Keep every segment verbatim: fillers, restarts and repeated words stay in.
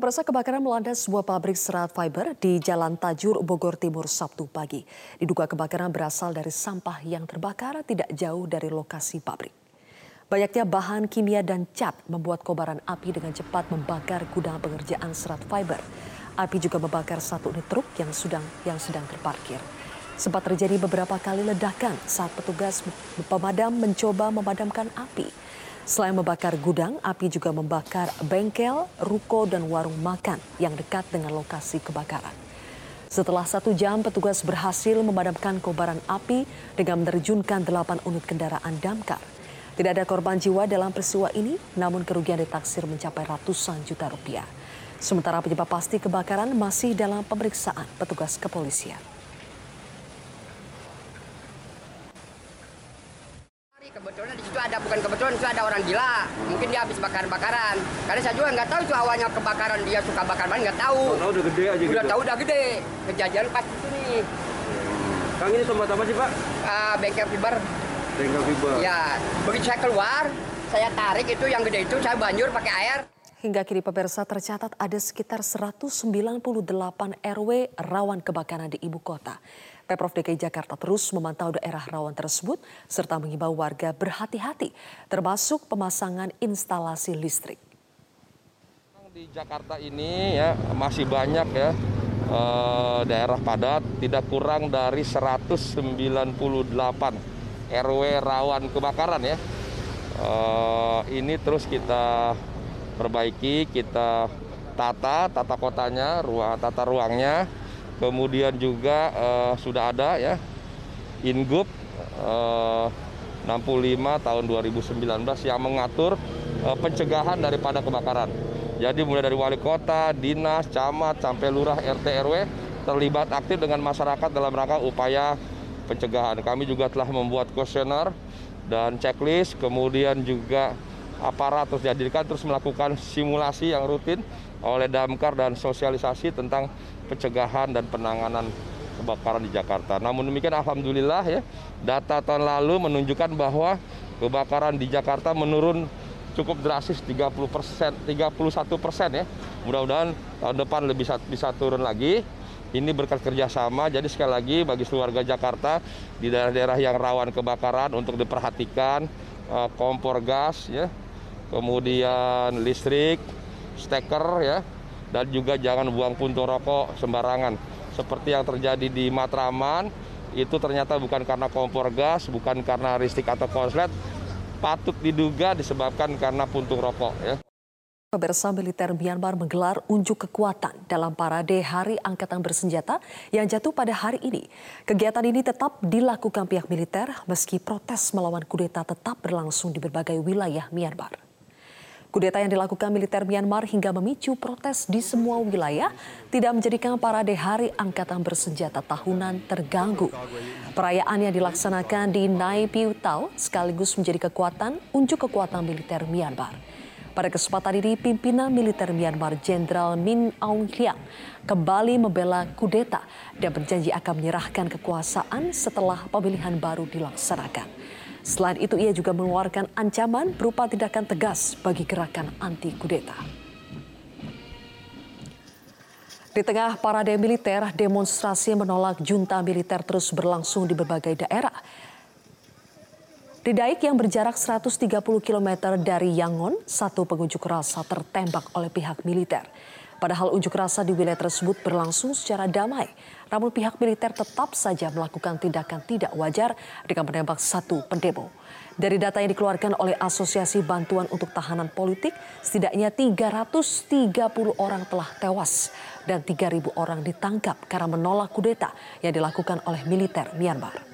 Pemirsa, kebakaran melanda sebuah pabrik serat fiber di Jalan Tajur, Bogor Timur, Sabtu pagi. Diduga kebakaran berasal dari sampah yang terbakar tidak jauh dari lokasi pabrik. Banyaknya bahan kimia dan cat membuat kobaran api dengan cepat membakar gudang pengerjaan serat fiber. Api juga membakar satu unit truk yang sedang yang sedang terparkir. Sempat terjadi beberapa kali ledakan saat petugas pemadam mencoba memadamkan api. Selain membakar gudang, api juga membakar bengkel, ruko, dan warung makan yang dekat dengan lokasi kebakaran. Setelah satu jam, petugas berhasil memadamkan kobaran api dengan menerjunkan delapan unit kendaraan damkar. Tidak ada korban jiwa dalam peristiwa ini, namun kerugian ditaksir mencapai ratusan juta rupiah. Sementara penyebab pasti kebakaran masih dalam pemeriksaan petugas kepolisian. Kebetulan di situ ada, bukan kebetulan, itu ada orang gila. Mungkin dia habis bakar-bakaran. Karena saya juga nggak tahu itu awalnya kebakaran, dia suka bakar ban, nggak tahu. Tahu udah gede aja Udah gitu? tahu udah gede. Kejadian pas di sini. Kang, ini tempat apa sih, Pak? Uh, bengkel fiber. Bengkel fiber. Ya, begitu saya keluar, saya tarik itu yang gede itu, saya banjur pakai air. Hingga kini pemirsa, tercatat ada sekitar seratus sembilan puluh delapan R W rawan kebakaran di ibu kota. Pemprov D K I Jakarta terus memantau daerah rawan tersebut serta mengimbau warga berhati-hati, termasuk pemasangan instalasi listrik. Di Jakarta ini ya masih banyak ya eh, daerah padat, tidak kurang dari seratus sembilan puluh delapan R W rawan kebakaran ya. Eh, ini terus kita perbaiki, kita tata tata kotanya, ruang tata ruangnya. Kemudian juga uh, sudah ada ya Ingup uh, enam puluh lima tahun dua ribu sembilan belas yang mengatur uh, pencegahan daripada kebakaran. Jadi mulai dari wali kota, dinas, camat, sampai lurah, R T R W terlibat aktif dengan masyarakat dalam rangka upaya pencegahan. Kami juga telah membuat kuesioner dan checklist, kemudian juga aparat terus dihadirkan, terus melakukan simulasi yang rutin oleh Damkar dan sosialisasi tentang pencegahan dan penanganan kebakaran di Jakarta. Namun demikian alhamdulillah ya, data tahun lalu menunjukkan bahwa kebakaran di Jakarta menurun cukup drastis tiga puluh persen, tiga puluh satu persen ya. Mudah-mudahan tahun depan lebih bisa, bisa turun lagi. Ini berkat kerjasama, jadi sekali lagi bagi keluarga Jakarta di daerah-daerah yang rawan kebakaran untuk diperhatikan uh, kompor gas ya, kemudian listrik, steker ya, dan juga jangan buang puntung rokok sembarangan. Seperti yang terjadi di Matraman, itu ternyata bukan karena kompor gas, bukan karena listrik atau konslet, patut diduga disebabkan karena puntung rokok ya. Pemirsa, militer Myanmar menggelar unjuk kekuatan dalam parade Hari Angkatan Bersenjata yang jatuh pada hari ini. Kegiatan ini tetap dilakukan pihak militer meski protes melawan kudeta tetap berlangsung di berbagai wilayah Myanmar. Kudeta yang dilakukan militer Myanmar hingga memicu protes di semua wilayah tidak menjadikan parade Hari Angkatan Bersenjata tahunan terganggu. Perayaan yang dilaksanakan di Nai Piu Tau sekaligus menjadi kekuatan unjuk kekuatan militer Myanmar. Pada kesempatan ini, pimpinan militer Myanmar Jenderal Min Aung Hlaing kembali membela kudeta dan berjanji akan menyerahkan kekuasaan setelah pemilihan baru dilaksanakan. Selain itu, ia juga mengeluarkan ancaman berupa tindakan tegas bagi gerakan anti kudeta. Di tengah parade militer, demonstrasi menolak junta militer terus berlangsung di berbagai daerah. Di Daik yang berjarak seratus tiga puluh kilometer dari Yangon, satu pengunjuk rasa tertembak oleh pihak militer. Padahal unjuk rasa di wilayah tersebut berlangsung secara damai, namun pihak militer tetap saja melakukan tindakan tidak wajar dengan menembak satu pendemo. Dari data yang dikeluarkan oleh Asosiasi Bantuan untuk Tahanan Politik, setidaknya tiga ratus tiga puluh orang telah tewas dan tiga ribu orang ditangkap karena menolak kudeta yang dilakukan oleh militer Myanmar.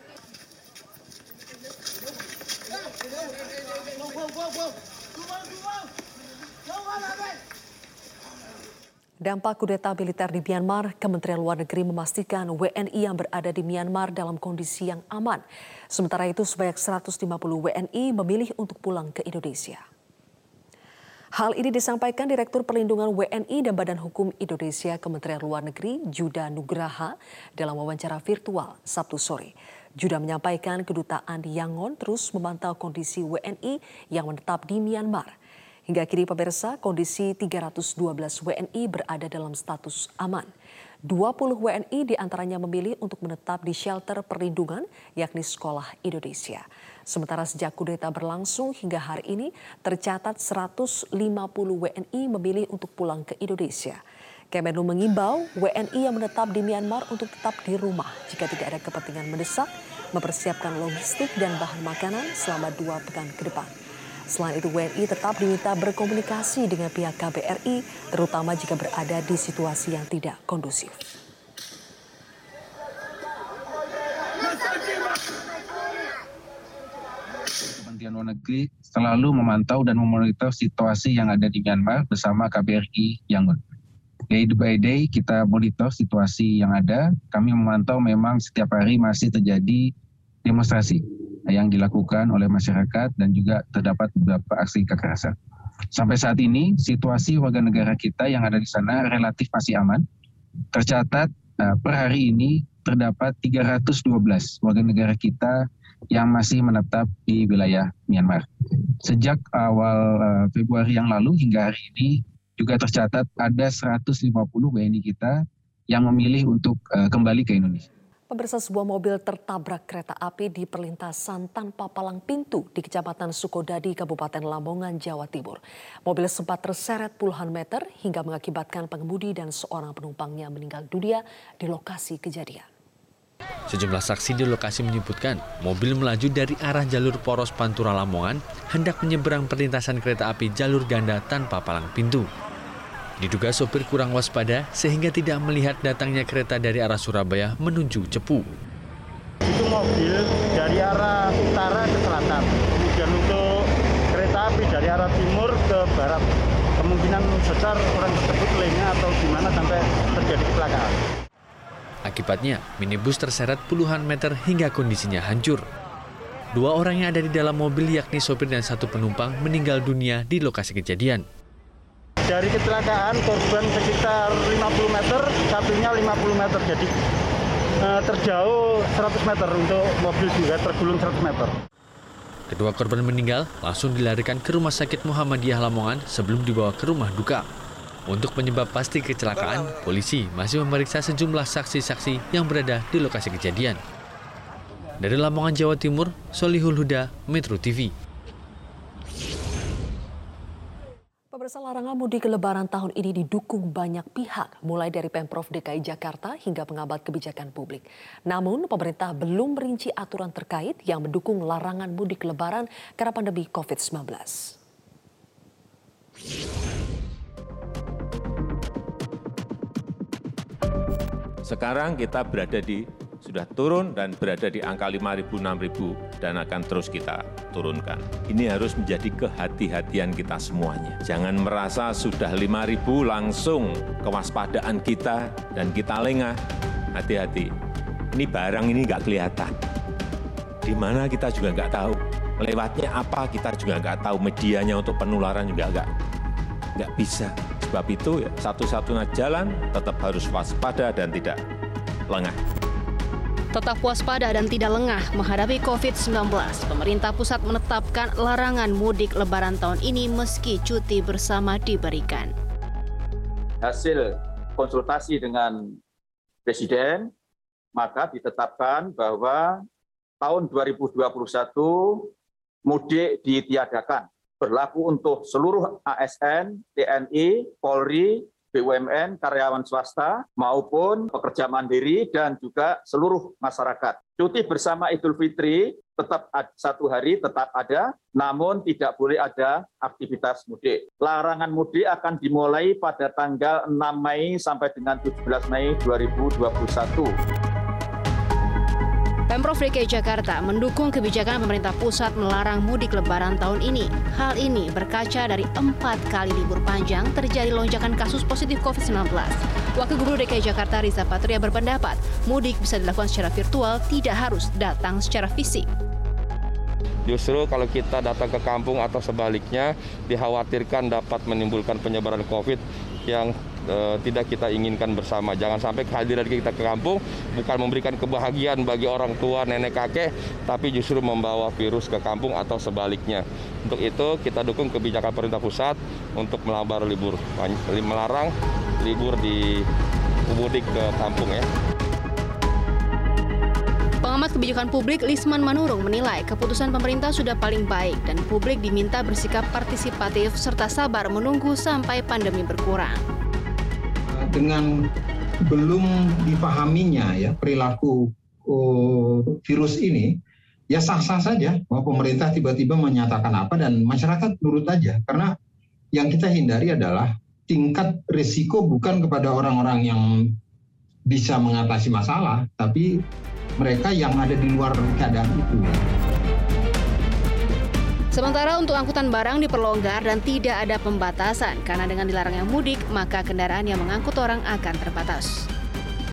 Dampak kudeta militer di Myanmar, Kementerian Luar Negeri memastikan W N I yang berada di Myanmar dalam kondisi yang aman. Sementara itu, sebanyak seratus lima puluh W N I memilih untuk pulang ke Indonesia. Hal ini disampaikan Direktur Perlindungan W N I dan Badan Hukum Indonesia Kementerian Luar Negeri, Juda Nugraha, dalam wawancara virtual Sabtu sore. Juda menyampaikan kedutaan di Yangon terus memantau kondisi W N I yang menetap di Myanmar. Hingga kini pemirsa, kondisi tiga ratus dua belas W N I berada dalam status aman. dua puluh W N I diantaranya memilih untuk menetap di shelter perlindungan yakni Sekolah Indonesia. Sementara sejak kudeta berlangsung hingga hari ini tercatat seratus lima puluh W N I memilih untuk pulang ke Indonesia. Kemenlu mengimbau W N I yang menetap di Myanmar untuk tetap di rumah jika tidak ada kepentingan mendesak, mempersiapkan logistik dan bahan makanan selama dua pekan ke depan. Selain itu, W N I tetap diminta berkomunikasi dengan pihak K B R I, terutama jika berada di situasi yang tidak kondusif. Kementerian Luar Negeri selalu memantau dan memonitor situasi yang ada di Myanmar bersama K B R I Yangon. Day by day kita monitor situasi yang ada. Kami memantau memang setiap hari masih terjadi demonstrasi yang dilakukan oleh masyarakat dan juga terdapat beberapa aksi kekerasan. Sampai saat ini situasi warga negara kita yang ada di sana relatif masih aman. Tercatat uh, per hari ini terdapat tiga ratus dua belas warga negara kita yang masih menetap di wilayah Myanmar. Sejak awal uh, Februari yang lalu hingga hari ini juga tercatat ada seratus lima puluh W N I kita yang memilih untuk uh, kembali ke Indonesia. Pemirsa, sebuah mobil tertabrak kereta api di perlintasan tanpa palang pintu di Kecamatan Sukodadi, Kabupaten Lamongan, Jawa Timur. Mobil sempat terseret puluhan meter hingga mengakibatkan pengemudi dan seorang penumpangnya meninggal dunia di lokasi kejadian. Sejumlah saksi di lokasi menyebutkan mobil melaju dari arah jalur Poros Pantura Lamongan hendak menyeberang perlintasan kereta api jalur ganda tanpa palang pintu. Diduga sopir kurang waspada sehingga tidak melihat datangnya kereta dari arah Surabaya menuju Cepu. Itu mobil dari arah utara ke selatan, kemudian untuk kereta api dari arah timur ke barat. Kemungkinan besar orang tersebut lainnya atau gimana sampai terjadi kecelakaan. Akibatnya, minibus terseret puluhan meter hingga kondisinya hancur. Dua orang yang ada di dalam mobil yakni sopir dan satu penumpang meninggal dunia di lokasi kejadian. Dari kecelakaan korban sekitar lima puluh meter, satunya lima puluh meter, jadi eh, terjauh seratus meter untuk mobil juga tergulung seratus meter. Kedua korban meninggal langsung dilarikan ke Rumah Sakit Muhammadiyah Lamongan sebelum dibawa ke rumah duka. Untuk penyebab pasti kecelakaan, polisi masih memeriksa sejumlah saksi-saksi yang berada di lokasi kejadian. Dari Lamongan, Jawa Timur, Solihul Huda, Metro T V. Pemirsa, larangan mudik Lebaran tahun ini didukung banyak pihak, mulai dari Pemprov D K I Jakarta hingga pengamat kebijakan publik. Namun, pemerintah belum merinci aturan terkait yang mendukung larangan mudik Lebaran karena pandemi covid sembilan belas. Sekarang kita berada di, sudah turun dan berada di angka lima ribu, enam ribu dan akan terus kita turunkan. Ini harus menjadi kehati-hatian kita semuanya. Jangan merasa sudah lima ribu langsung kewaspadaan kita dan kita lengah. Hati-hati, ini barang ini nggak kelihatan. Di mana kita juga nggak tahu. Lewatnya apa kita juga nggak tahu. Medianya untuk penularan juga nggak, nggak bisa. Sebab itu ya, satu-satunya jalan tetap harus waspada dan tidak lengah. Tetap waspada dan tidak lengah menghadapi covid sembilan belas. Pemerintah pusat menetapkan larangan mudik Lebaran tahun ini meski cuti bersama diberikan. Hasil konsultasi dengan Presiden, maka ditetapkan bahwa tahun dua ribu dua puluh satu mudik ditiadakan. Berlaku untuk seluruh A S N, T N I, Polri, B U M N, karyawan swasta, maupun pekerja mandiri, dan juga seluruh masyarakat. Cuti bersama Idul Fitri tetap ada, satu hari tetap ada, namun tidak boleh ada aktivitas mudik. Larangan mudik akan dimulai pada tanggal enam Mei sampai dengan tujuh belas Mei dua ribu dua puluh satu. Pemprov D K I Jakarta mendukung kebijakan pemerintah pusat melarang mudik Lebaran tahun ini. Hal ini berkaca dari empat kali libur panjang terjadi lonjakan kasus positif covid sembilan belas. Wakil Gubernur D K I Jakarta Riza Patria berpendapat mudik bisa dilakukan secara virtual, tidak harus datang secara fisik. Justru kalau kita datang ke kampung atau sebaliknya dikhawatirkan dapat menimbulkan penyebaran COVID yang eh, tidak kita inginkan bersama. Jangan sampai kehadiran kita ke kampung bukan memberikan kebahagiaan bagi orang tua, nenek, kakek, tapi justru membawa virus ke kampung atau sebaliknya. Untuk itu kita dukung kebijakan pemerintah pusat untuk melabar libur, melarang libur di mudik ke kampung ya. Pengamat kebijakan publik Lisman Manurung menilai keputusan pemerintah sudah paling baik dan publik diminta bersikap partisipatif serta sabar menunggu sampai pandemi berkurang. Dengan belum dipahaminya ya perilaku uh, virus ini, ya sah-sah saja bahwa pemerintah tiba-tiba menyatakan apa dan masyarakat nurut aja. Karena yang kita hindari adalah tingkat risiko bukan kepada orang-orang yang bisa mengatasi masalah, tapi mereka yang ada di luar keadaan itu. Sementara untuk angkutan barang diperlonggar dan tidak ada pembatasan karena dengan dilarangnya mudik, maka kendaraan yang mengangkut orang akan terbatas.